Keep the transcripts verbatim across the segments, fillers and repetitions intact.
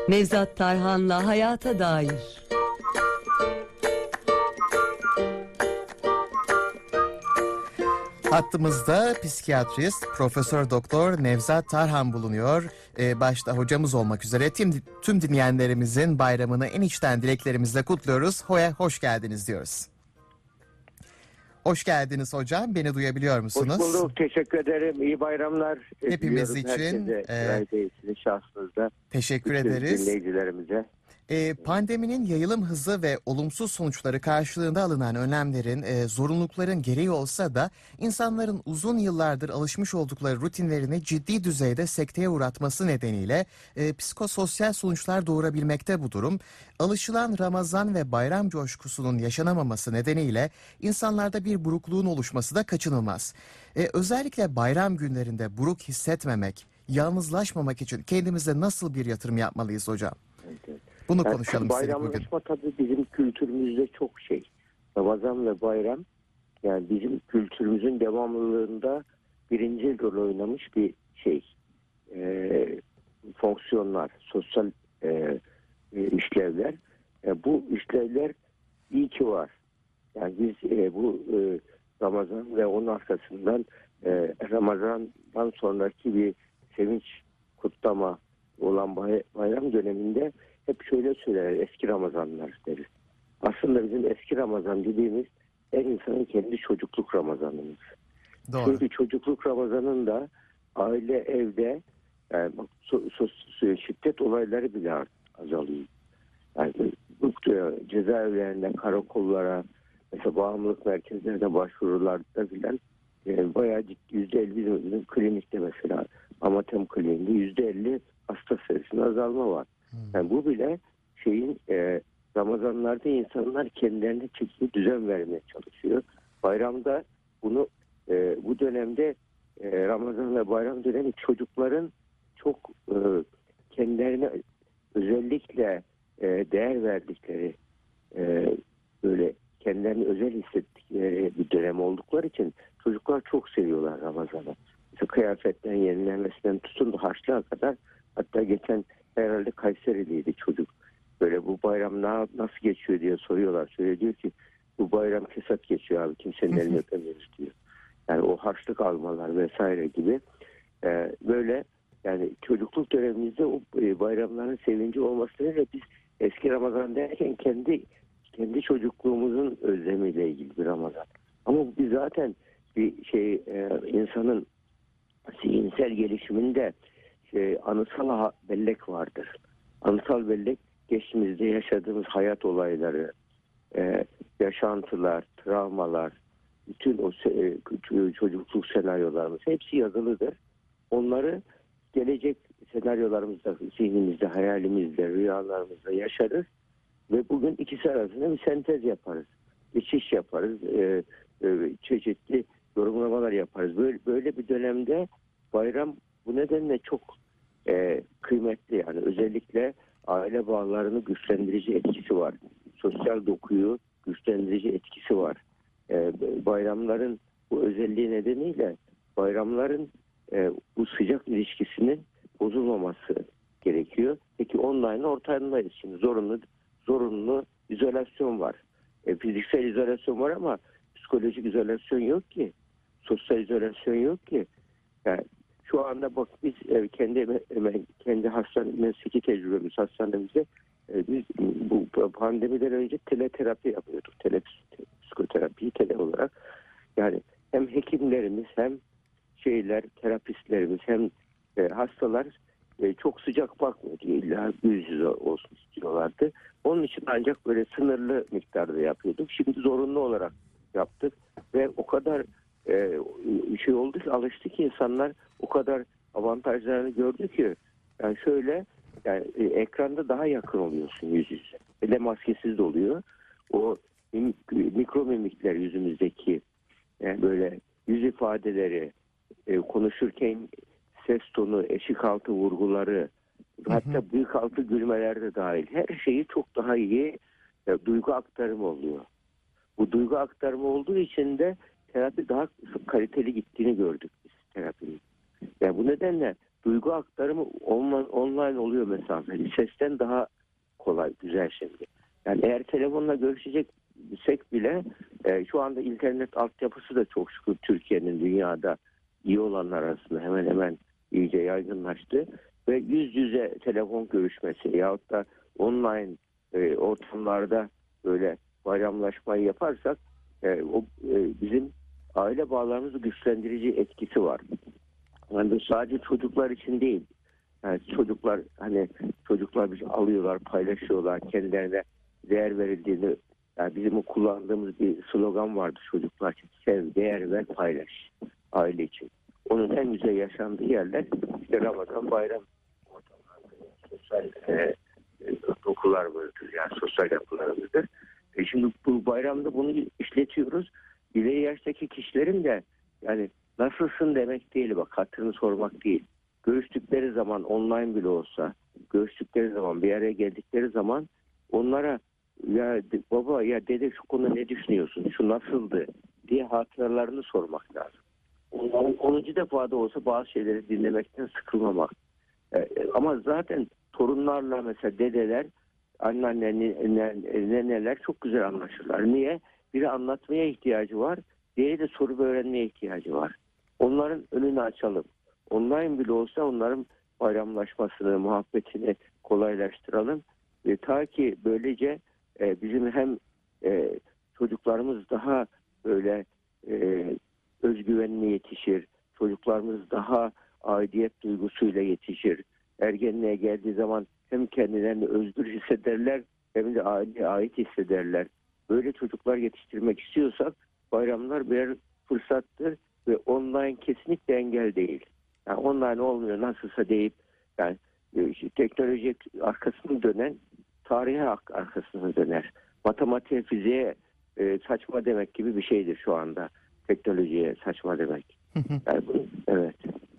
Nevzat Tarhan'la Hayata Dair. Hattımızda psikiyatrist Profesör Doktor Nevzat Tarhan bulunuyor. Ee, başta hocamız olmak üzere tüm, tüm dinleyenlerimizin bayramını en içten dileklerimizle kutluyoruz. Hoya hoş geldiniz diyoruz. Hoş geldiniz hocam. Beni duyabiliyor musunuz? Hoş bulduk. Teşekkür ederim. İyi bayramlar. Hepimiz için. Herkese, e, şahsınızda. Teşekkür bütün ederiz. dinleyicilerimize. E, pandeminin yayılım hızı ve olumsuz sonuçları karşılığında alınan önlemlerin, e, zorunlulukların gereği olsa da insanların uzun yıllardır alışmış oldukları rutinlerini ciddi düzeyde sekteye uğratması nedeniyle e, psikososyal sonuçlar doğurabilmekte bu durum. Alışılan Ramazan ve bayram coşkusunun yaşanamaması nedeniyle insanlarda bir burukluğun oluşması da kaçınılmaz. E, özellikle bayram günlerinde buruk hissetmemek, yalnızlaşmamak için kendimize nasıl bir yatırım yapmalıyız hocam? Evet, evet. Bunu Yani konuşalım istedik bugün. Bayramlaşma tabii bizim kültürümüzde çok şey. Ramazan ve bayram yani bizim kültürümüzün devamlılığında birinci rol oynamış bir şey. E, fonksiyonlar, sosyal e, e, işlevler. E, bu işlevler iyi ki var. Yani biz e, bu e, Ramazan ve onun arkasından e, Ramazan'dan sonraki bir sevinç, kutlama olan bay, bayram döneminde hep şöyle söyler, eski Ramazanlar deriz. Aslında bizim eski Ramazan dediğimiz her insanın kendi çocukluk Ramazanımız. Doğru. Çünkü çocukluk Ramazanında aile evde yani so, so, so, şiddet olayları bile azalıyor. Yani bu cezaevlerinde, karakollara, mesela bağımlılık merkezlerine başvurularda filan yani bayağı ciddi yüzde elli bizim, bizim klinikte mesela Amatem kliniğinde yüzde elli hasta sayısında azalma var. Hmm. Yani bu bile şeyin e, Ramazanlarda insanlar kendilerine çeki düzen vermeye çalışıyor. Bayramda bunu e, bu dönemde e, Ramazan ve bayram dönemi çocukların çok e, kendilerine özellikle e, değer verdikleri e, böyle kendilerini özel hissettikleri bir dönem oldukları için çocuklar çok seviyorlar Ramazan'ı. İşte kıyafetten yenilenmesinden tutun da harçlığa kadar, hatta geçen herhalde Kayseriliydi çocuk. Böyle bu bayram nasıl geçiyor diye soruyorlar. Söyle diyor ki bu bayram kesat geçiyor abi, kimsenin elini öpemiyoruz diyor. Yani o harçlık almalar vesaire gibi ee, böyle yani çocukluk dönemimizde o bayramların sevinci olmasıyla biz eski Ramazan derken kendi kendi çocukluğumuzun özlemiyle ilgili bir Ramazan. Ama biz zaten bir şey e, insanın zihinsel gelişiminde şey, anısal bellek vardır. Anısal bellek geçmişte yaşadığımız hayat olayları, e, yaşantılar, travmalar, bütün o e, çocukluk senaryolarımız hepsi yazılıdır. Onları gelecek senaryolarımızda, zihnimizde, hayalimizde, rüyalarımızda yaşarız ve bugün ikisi arasında bir sentez yaparız. Geçiş yaparız, e, e, çeşitli yorumlamalar yaparız. Böyle, böyle bir dönemde bayram bu nedenle çok e, kıymetli. Yani özellikle aile bağlarını güçlendirici etkisi var. Sosyal dokuyu güçlendirici etkisi var. E, bayramların bu özelliği nedeniyle bayramların e, bu sıcak ilişkisinin bozulmaması gerekiyor. Peki online ortamdayız şimdi, zorunlu zorunlu izolasyon var. E, fiziksel izolasyon var ama psikolojik izolasyon yok ki. Sosyal izolasyon yok ki. Yani şu anda bak biz e, kendi kendi hastanemdeki tecrübemiz hastanemizde e, biz bu pandemiden önce teleterapi yapıyorduk. Tele, psikoterapiyi tele olarak. Yani hem hekimlerimiz hem şeyler, terapistlerimiz hem e, hastalar e, çok sıcak bakmıyordu. İlla yüz yüze olsun istiyorlardı. Onun için ancak böyle sınırlı miktarda yapıyorduk. Şimdi zorunlu olarak yaptık ve o kadar e, şey oldu ki, alıştı ki insanlar, o kadar avantajlarını gördü ki yani şöyle yani e, ekranda daha yakın oluyorsun yüz yüze. Ve de maskesiz de oluyor. O mikro mimikler yüzümüzdeki yani böyle yüz ifadeleri, e, konuşurken ses tonu, eşik altı vurguları, hı hı. hatta büyük altı gülmeler de dahil. Her şeyi çok daha iyi e, duygu aktarımı oluyor. Bu duygu aktarımı olduğu için de terapi daha kaliteli gittiğini gördük biz terapinin. Yani bu nedenle duygu aktarımı online, online oluyor mesafeli. Sesten daha kolay, güzel şimdi. Yani eğer telefonla görüşeceksek bile e, şu anda internet altyapısı da çok şükür Türkiye'nin dünyada iyi olanlar arasında hemen hemen iyice yaygınlaştı. Ve yüz yüze telefon görüşmesi yahut da online e, ortamlarda böyle bayramlaşmayı yaparsak e, o e, bizim aile bağlarımızı güçlendirici etkisi var. Yani bu sadece çocuklar için değil. Yani çocuklar hani çocuklar bizi alıyorlar, paylaşıyorlar, kendilerine değer verildiğini, yani bizim kullandığımız bir slogan vardı çocuklar için. Sev, değer ver, paylaş aile için. Onun en güzel yaşandığı yerler işte Ramazan, bayram ortamları, sosyal e, dokularımızdır, yani sosyal yapılarımızdır. E şimdi bu bayramda bunu işletiyoruz. İleri yaştaki kişilerin de yani nasılsın demek değil, bak hatırını sormak değil. Görüştükleri zaman online bile olsa, görüştükleri zaman, bir araya geldikleri zaman onlara ya baba ya dede şu konuda ne düşünüyorsun, şu nasıldı diye hatıralarını sormak lazım. Onların onuncu defada olsa bazı şeyleri dinlemekten sıkılmamak. Ee, ama zaten torunlarla mesela dedeler, anneanneler, neneler çok güzel anlaşırlar. Niye? Biri anlatmaya ihtiyacı var, diğeri de soru öğrenmeye ihtiyacı var. Onların önünü açalım. Online bile olsa onların bayramlaşmasını, muhabbetini kolaylaştıralım. E, ta ki böylece e, bizim hem e, çocuklarımız daha böyle e, özgüvenli yetişir, çocuklarımız daha aidiyet duygusuyla yetişir. Ergenliğe geldiği zaman hem kendilerini özgür hissederler hem de aileye ait hissederler. Böyle çocuklar yetiştirmek istiyorsak bayramlar birer fırsattır ve online kesinlikle engel değil. Yani online olmuyor nasılsa deyip yani işte teknoloji arkasını dönen tarihe arkasını döner. Matematiğe, fiziğe e, saçma demek gibi bir şeydir şu anda. Teknolojiye saçma demek. Yani bu, evet.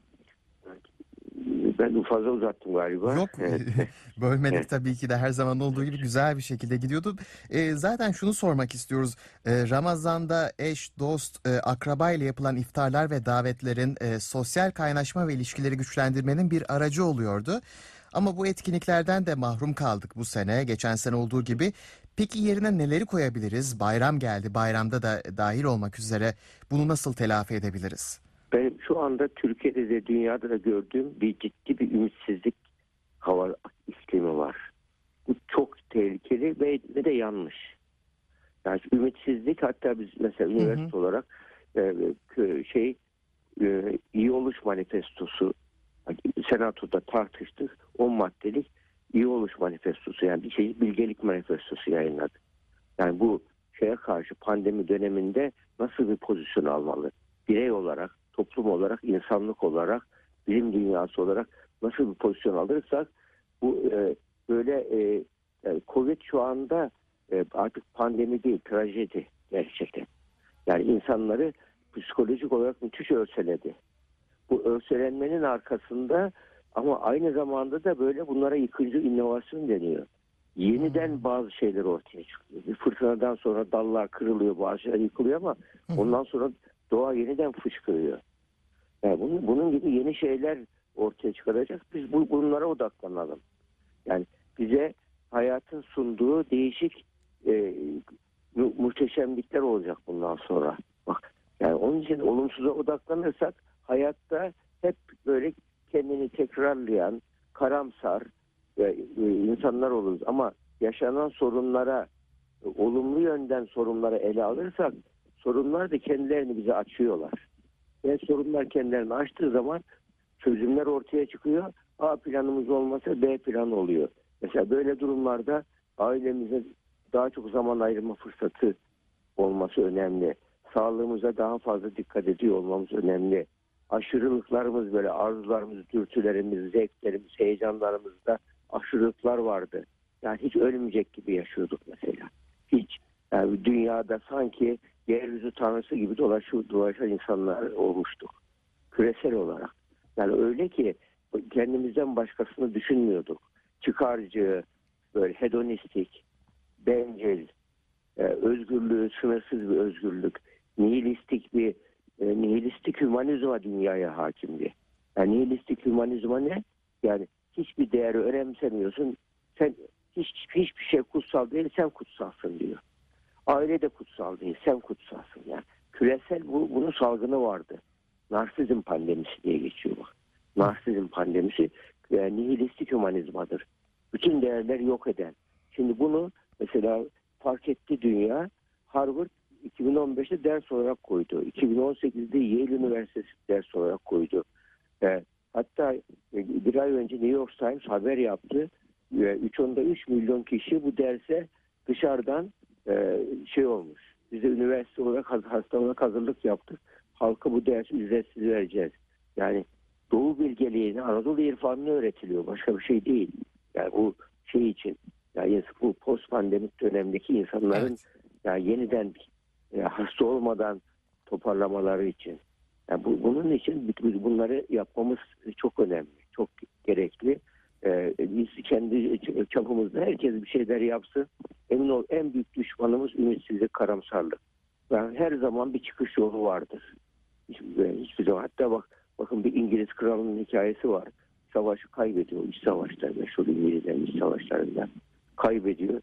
Ben fazla uzattım galiba. Yok, Evet. bölmedik Evet. tabii ki de, her zaman olduğu gibi güzel bir şekilde gidiyordu. E, zaten şunu sormak istiyoruz. E, Ramazan'da eş, dost, e, akraba ile yapılan iftarlar ve davetlerin e, sosyal kaynaşma ve ilişkileri güçlendirmenin bir aracı oluyordu. Ama bu etkinliklerden de mahrum kaldık bu sene, geçen sene olduğu gibi. Peki yerine neleri koyabiliriz? Bayram geldi, bayramda da dahil olmak üzere bunu nasıl telafi edebiliriz? Benim şu anda Türkiye'de de dünyada da gördüğüm bir ciddi bir ümitsizlik hava iklimi var. Bu çok tehlikeli ve, ve de yanlış. Yani ümitsizlik, hatta biz mesela üniversite hı hı. olarak e, şey e, iyi oluş manifestosu senatoda tartıştık. on maddelik iyi oluş manifestosu, yani bir şey bilgelik manifestosu yayınladık. Yani bu şeye karşı pandemi döneminde nasıl bir pozisyon almalı? Birey olarak, toplum olarak, insanlık olarak, bilim dünyası olarak nasıl bir pozisyon alırsak bu e, böyle e, yani Covid şu anda e, artık pandemi değil, trajedi gerçekten. Yani insanları psikolojik olarak müthiş örseledi. Bu örselenmenin arkasında ama aynı zamanda da böyle bunlara yıkıcı inovasyon deniyor. Yeniden bazı şeyler ortaya çıkıyor. Bir fırtınadan sonra dallar kırılıyor, bazı şeyler yıkılıyor ama ondan sonra doğa yeniden fışkırıyor. Yani bunun, bunun gibi yeni şeyler ortaya çıkaracak. Biz bu, bunlara odaklanalım. Yani bize hayatın sunduğu değişik e, mu- muhteşemlikler olacak bundan sonra. Bak, yani onun için olumsuza odaklanırsak hayatta hep böyle kendini tekrarlayan, karamsar e, e, insanlar oluruz. Ama yaşanan sorunlara, e, olumlu yönden sorunları ele alırsak sorunlar da kendilerini bize açıyorlar. Ve sorunlar kendilerini açtığı zaman çözümler ortaya çıkıyor. A planımız olmasa B planı oluyor. Mesela böyle durumlarda ailemize daha çok zaman ayırma fırsatı olması önemli. Sağlığımıza daha fazla dikkat ediyor olmamız önemli. Aşırılıklarımız, böyle arzularımız, dürtülerimiz, zevklerimiz, heyecanlarımızda aşırılıklar vardı. Yani hiç ölmeyecek gibi yaşıyorduk mesela. Hiç. Yani dünyada sanki yeryüzü tanrısı gibi dolaşıyor, dolaşan insanlar olmuştuk. Küresel olarak. Yani öyle ki kendimizden başkasını düşünmüyorduk. Çıkarcı, böyle hedonistik, bencil, e, özgürlüğü, sınırsız bir özgürlük, nihilistik bir e, nihilistik hümanizma dünyaya hakimdi. Yani nihilistik hümanizma ne? Yani hiçbir değeri önemsemiyorsun. Sen hiç hiçbir şey kutsal değil, sen kutsalsın diyor. Aile de kutsal değil, sen kutsalsın. Yani küresel bu, bunun salgını vardı. Narsizm pandemisi diye geçiyor bak. Narsizm pandemisi yani nihilistik hümanizmadır. Bütün değerleri yok eden. Şimdi bunu mesela fark etti dünya. Harvard iki bin on beşte ders olarak koydu. iki bin on sekizde Yale Üniversitesi ders olarak koydu. E, hatta bir ay önce New York Times haber yaptı. üç nokta üç milyon kişi bu derse dışarıdan e, şey olmuş. Biz de üniversite olarak hasta olarak hazırlık yaptık. Halka bu dersi ücretsiz vereceğiz. Yani Doğu bilgeliğini, Anadolu irfanını öğretiliyor. Başka bir şey değil. Yani bu şey için, yani bu post pandemik dönemdeki insanların Evet. yani yeniden e, hasta olmadan toparlamaları için. Yani bu, bunun için biz bunları yapmamız çok önemli, çok gerekli. Ee, biz kendi çapımızda herkes bir şeyler yapsın. Emin ol, en büyük düşmanımız ümitsizlik, karamsarlık. Yani her zaman bir çıkış yolu vardır. Hiçbir, hiçbir zaman. Hatta bak, bakın bir İngiliz kralının hikayesi var. Savaşı kaybediyor. İç savaşlar, meşhur İngilizlerin iç savaşlarında kaybediyor.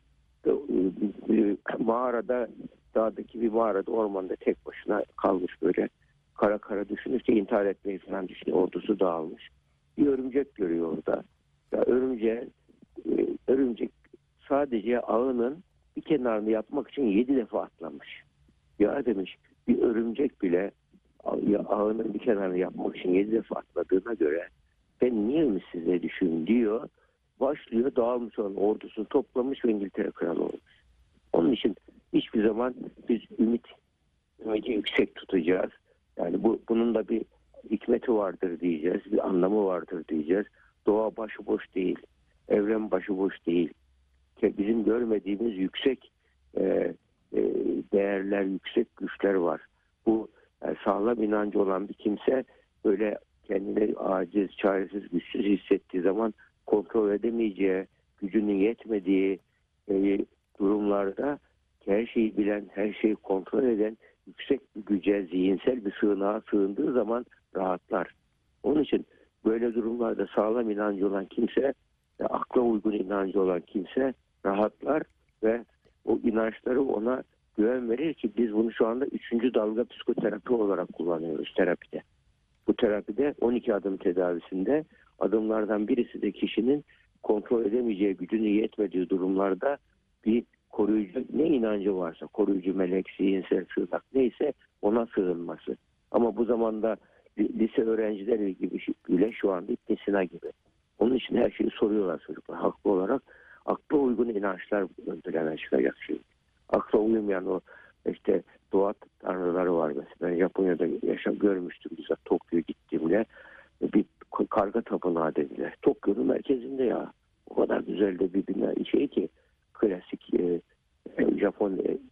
Mağarada, dağdaki bir mağarada, ormanda tek başına kalmış böyle. Kara kara düşünürse intihar etmeyi falan düşünüyor. Ordusu dağılmış. Bir örümcek görüyor orada. Ya örümceğe, e, örümcek sadece ağının bir kenarını yapmak için yedi defa atlamış. Ya demiş, bir örümcek bile ya ağının bir kenarını yapmak için yedi defa atladığına göre ben niye ümitsizliğe düşeyim diyor. Başlıyor, dağılmış olan ordusunu toplamış ve İngiltere kralı olmuş. Onun için hiçbir zaman biz ümit ümidi yüksek tutacağız. Yani bu bunun da bir hikmeti vardır diyeceğiz, bir anlamı vardır diyeceğiz. Doğa başıboş değil, evren başıboş değil. Bizim görmediğimiz yüksek e, e, değerler, yüksek güçler var. Bu yani sağlam inancı olan bir kimse böyle kendini aciz, çaresiz, güçsüz hissettiği zaman kontrol edemeyeceği, gücünün yetmediği e, durumlarda her şeyi bilen, her şeyi kontrol eden yüksek bir güce, zihinsel bir sığınağa sığındığı zaman rahatlar. Onun için böyle durumlarda sağlam inancı olan kimse, akla uygun inancı olan kimse rahatlar ve o inançları ona güven verir ki biz bunu şu anda üçüncü dalga psikoterapi olarak kullanıyoruz terapide. Bu terapide on iki adım tedavisinde adımlardan birisi de kişinin kontrol edemeyeceği, gücünün yetmediği durumlarda bir koruyucu, ne inancı varsa, koruyucu melek, zihinsel sığınak neyse ona sığınması. Ama bu zamanda lise öğrencileri gibi bile şu anda İbn Sina gibi. Onun için her şeyi soruyorlar çocuklar. Haklı olarak akla uygun inançlar ön plana çıkacak şimdi. Akla uymayan o işte doğa tanrıları var mesela. Ben Japonya'da yaşam görmüştüm bizzat Tokyo'ya gittiğimde. Bir karga tapınağı dediler. Tokyo'nun merkezinde ya. O kadar güzel de bir bina, şey ki klasik e, Japon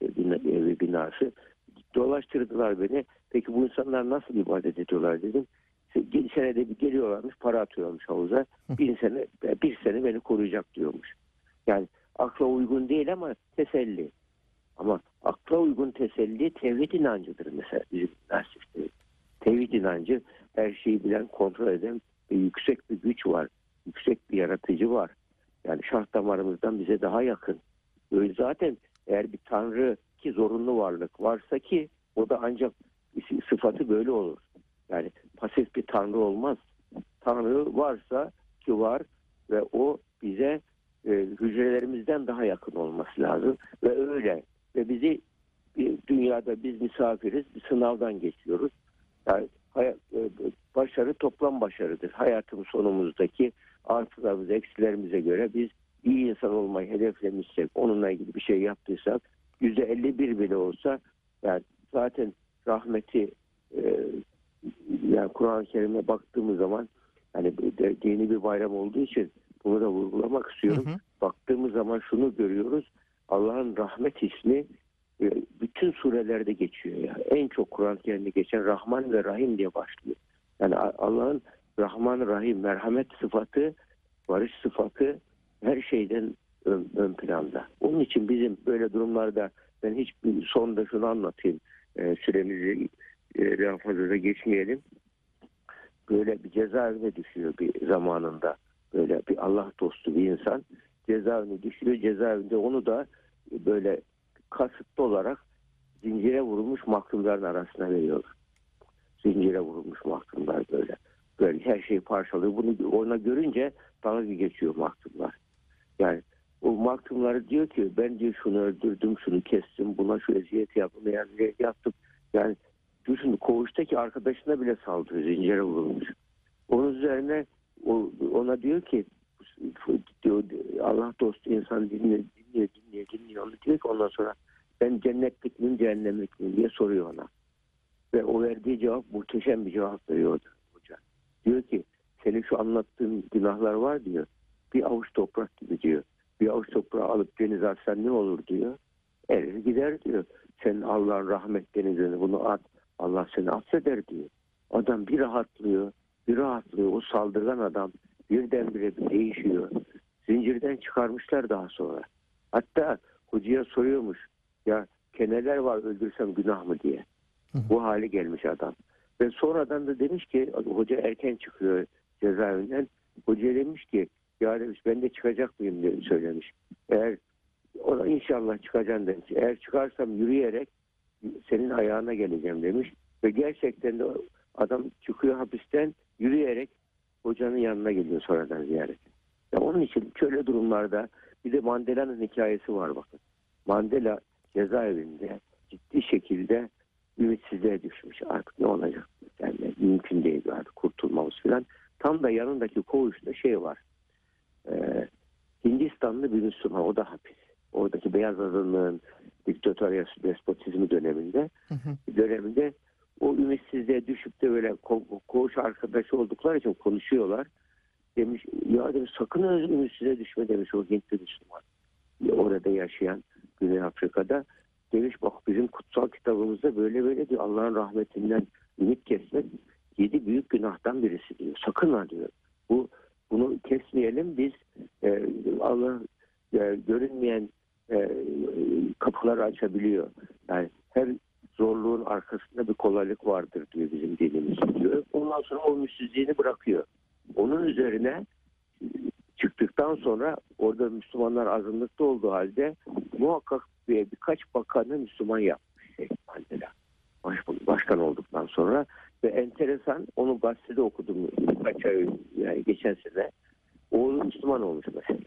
evi binası. Dolaştırdılar beni. Peki bu insanlar nasıl ibadet ediyorlar dedim. Senede bir geliyorlarmış, para atıyormuş havuza. Bir sene, bir sene beni koruyacak diyormuş. Yani akla uygun değil ama teselli. Ama akla uygun teselli tevhid inancıdır mesela bizim narsiste. Tevhid inancı her şeyi bilen, kontrol eden ve yüksek bir güç var. Yüksek bir yaratıcı var. Yani şah damarımızdan bize daha yakın. Öyle zaten eğer bir tanrı ki zorunlu varlık varsa ki o da ancak sıfatı böyle olur. Yani pasif bir tanrı olmaz. Tanrı varsa ki var ve o bize e, hücrelerimizden daha yakın olması lazım ve öyle ve bizi bir dünyada biz misafiriz, bir sınavdan geçiyoruz. Yani hayat, e, başarı toplam başarıdır. Hayatın sonumuzdaki artılarımız, eksilerimize göre biz iyi insan olmayı hedeflemişsek, onunla ilgili bir şey yaptıysak yüzde elli bir bile olsa yani zaten rahmeti e, yani Kur'an-ı Kerim'e baktığımız zaman hani dini bir bayram olduğu için bunu da vurgulamak istiyorum. Hı hı. Baktığımız zaman şunu görüyoruz. Allah'ın rahmet ismi e, bütün surelerde geçiyor ya. En çok Kur'an-ı Kerim'de geçen Rahman ve Rahim diye başlıyor. Yani Allah'ın Rahman, Rahim, merhamet sıfatı, barış sıfatı her şeyden ön, ön planda. Onun için bizim böyle durumlarda ben hiçbir sonda şunu anlatayım. E, süremizi e, daha fazla da geçmeyelim. böyle bir cezaevine düşüyor bir zamanında. Böyle bir Allah dostu bir insan cezaevine düşüyor. Cezaevinde onu da böyle kasıtlı olarak zincire vurulmuş mahkumların arasına veriyorlar. Zincire vurulmuş mahkumlar böyle. Böyle her şeyi parçalıyor. Bunu ona görünce dalga geçiyor mahkumlar. Yani o mahkumları diyor ki ben diyor şunu öldürdüm, şunu kestim, buna şu eziyeti yaptım, eziyet yaptım. Yani düşün koğuştaki arkadaşına bile saldırıyor, zincire vurulmuş. Onun üzerine o, ona diyor ki diyor, Allah dostu insan dinliyor, dinliyor, dinliyor, dinliyor. Onu diyor ki ondan sonra ben cennetlik miyim, cehennemlik miyim diye soruyor ona. Ve o verdiği cevap muhteşem bir cevap veriyor hoca. Diyor ki senin şu anlattığın günahlar var diyor. Bir avuç toprak gibi diyor. Bir avuç toprağı alıp denize atsan ne olur diyor. Erir gider diyor. Sen Allah'ın rahmet denizine bunu at. Allah seni affeder diyor. Adam bir rahatlıyor. Bir rahatlıyor. O saldırgan adam birdenbire bir değişiyor. Zincirden çıkarmışlar daha sonra. Hatta hocaya soruyormuş. Ya keneler var öldürsem günah mı diye. Bu hale gelmiş adam. Ve sonradan da demiş ki hoca erken çıkıyor cezaevinden. Hoca demiş ki ya demiş ben de çıkacak mıyım diye söylemiş. Eğer ona inşallah çıkacaksın demiş. Eğer çıkarsam yürüyerek senin ayağına geleceğim demiş. Ve gerçekten de adam çıkıyor hapisten yürüyerek hocanın yanına geliyor sonradan ziyaret. Ya onun için şöyle durumlarda bir de Mandela'nın hikayesi var bakın. Mandela cezaevinde ciddi şekilde ümitsizliğe düşmüş. Artık ne olacak? Yani mümkün değil artık kurtulmamız falan. Tam da yanındaki koğuşta şey var. Ee, Hindistanlı bir Müslüman. O da hapis. Oradaki beyaz azınlığın diktatörya despotizmi döneminde hı hı. döneminde o ümitsizliğe düşüp de böyle ko- koğuş arkadaşı oldukları için konuşuyorlar. Demiş ya demiş sakın ümitsizliğe düşme demiş o Hintli Müslüman. Orada yaşayan Güney Afrika'da. Demiş bak bizim kutsal kitabımızda böyle böyle diyor. Allah'ın rahmetinden ümit kesmek yedi büyük günahtan birisi diyor. Sakın ha diyor. Bu bunu kesmeyelim biz e, Allah e, görünmeyen e, kapıları açabiliyor. Yani her zorluğun arkasında bir kolaylık vardır diyor bizim dinimiz diyor. Ondan sonra o ümitsizliğini bırakıyor. Onun üzerine çıktıktan sonra orada Müslümanlar azınlıkta olduğu halde muhakkak bir, birkaç bakanı Müslüman yapmış şey, Mandela. Baş, başkan olduktan sonra ve enteresan onu gazetede okudum birkaç ay yani geçen sene oğlu Müslüman olmuş mesela.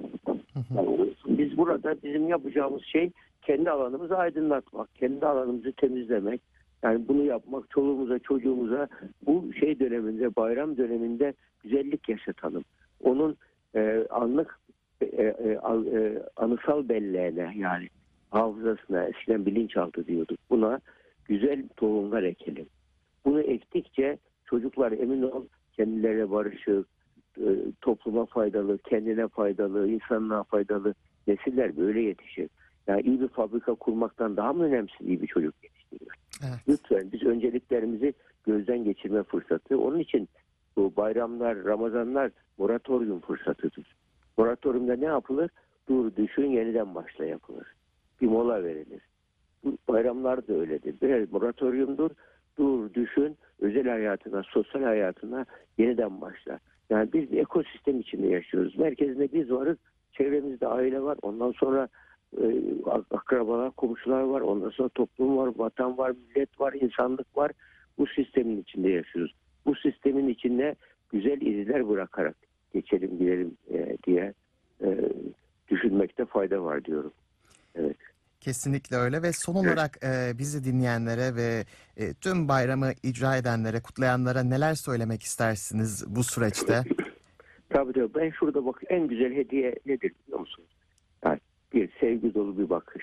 Yani biz burada bizim yapacağımız şey kendi alanımızı aydınlatmak, kendi alanımızı temizlemek. Yani bunu yapmak çoluğumuza çocuğumuza bu şey döneminde bayram döneminde güzellik yaşatalım. Onun e, anlık e, e, e, anısal belleğine yani hafızasına eskiden bilinçaltı diyorduk. Buna güzel tohumlar ekelim. Bunu ektikçe çocuklar emin ol kendilerine barışık, e, topluma faydalı, kendine faydalı, insanlığa faydalı nesiller böyle yetişir. Yani iyi bir fabrika kurmaktan daha mı önemsiz iyi bir çocuk yetiştiriyor? Evet. Lütfen biz önceliklerimizi gözden geçirme fırsatı. Onun için bu bayramlar, Ramazanlar moratorium fırsatıdır. Moratoriumda ne yapılır? Dur, düşün, yeniden başla yapılır. Bir mola verilir. Bu bayramlar da öyledir. Birer moratoriumdur. Dur, düşün, özel hayatına, sosyal hayatına yeniden başla. Yani biz bir ekosistem içinde yaşıyoruz. Merkezinde biz varız, çevremizde aile var. Ondan sonra e, akrabalar, komşular var. Ondan sonra toplum var, vatan var, millet var, insanlık var. Bu sistemin içinde yaşıyoruz. Bu sistemin içinde güzel izler bırakarak geçelim, gidelim e, diye e, düşünmekte fayda var diyorum. Evet. Kesinlikle öyle ve son olarak e, bizi dinleyenlere ve e, tüm bayramı icra edenlere, kutlayanlara neler söylemek istersiniz bu süreçte? Tabii tabii. Ben şurada bak en güzel hediye nedir biliyor musunuz? Yani bir sevgi dolu bir bakış,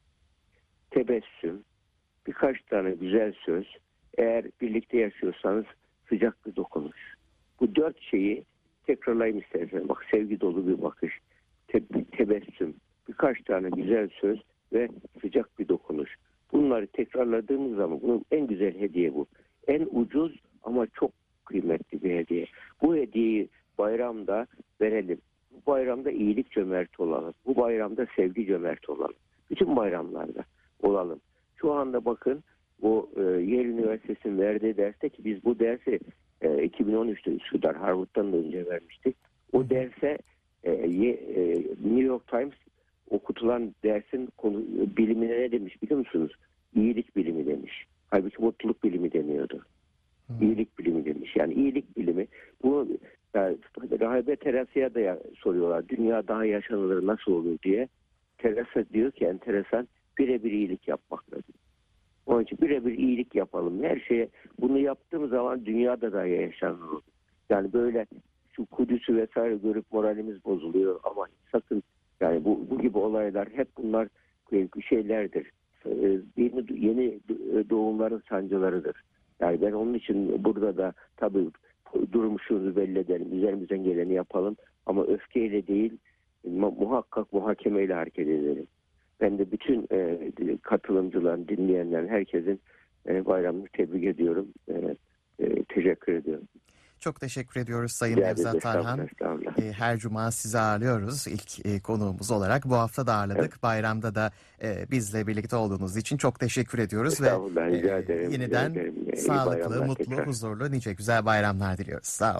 tebessüm, birkaç tane güzel söz, eğer birlikte yaşıyorsanız sıcak bir dokunuş. Bu dört şeyi tekrarlayayım istersen. Bak sevgi dolu bir bakış, te- tebessüm, birkaç tane güzel söz ve sıcak bir dokunuş. Bunları tekrarladığımız zaman bunun en güzel hediye bu. En ucuz ama çok kıymetli bir hediye. Bu hediyeyi bayramda verelim. Bu bayramda iyilik cömert olalım. Bu bayramda sevgi cömert olalım. Bütün bayramlarda olalım. Şu anda bakın bu e, Yale Üniversitesi'nin verdiği derste ki biz bu dersi e, iki bin on üçte Üsküdar Harvard'dan da önce vermiştik. O derse e, ye, e, New York Times okutulan dersin konu, bilimine ne demiş biliyor musunuz? İyilik bilimi demiş. Halbuki mutluluk bilimi deniyordu. Hmm. İyilik bilimi demiş. Yani iyilik bilimi. Bu yani, Rahibe Teresa'ya da soruyorlar. Dünya daha yaşanılır nasıl olur diye. Teresa diyor ki enteresan, birebir iyilik yapmak lazım. Onun için birebir iyilik yapalım. Her şeye bunu yaptığımız zaman dünyada da yaşanır olur. Yani böyle şu Kudüs'ü vesaire görüp moralimiz bozuluyor ama sakın yani bu, bu gibi olaylar hep bunlar şeylerdir. Yeni, yeni doğumların sancılarıdır. Yani ben onun için burada da tabii durmuşumuzu belli edelim. Üzerimizden geleni yapalım. Ama öfkeyle değil muhakkak muhakemeyle hareket edelim. Ben de bütün e, katılımcıların, dinleyenlerin, herkesin e, bayramını tebrik ediyorum. E, e, teşekkür ediyorum. Çok teşekkür ediyoruz Sayın Rica Nevzat ederim. Tarhan. Estağfurullah, estağfurullah. E, Her cuma sizi ağırlıyoruz ilk e, konuğumuz olarak. Bu hafta da ağırladık. Evet. Bayramda da e, bizle birlikte olduğunuz için çok teşekkür ediyoruz. Ve Estağfurullah, rica e, ederim, rica yeniden ederim. İyi sağlıklı, bayramlar mutlu, tekrar. huzurlu, nice güzel bayramlar diliyoruz. Sağ olun.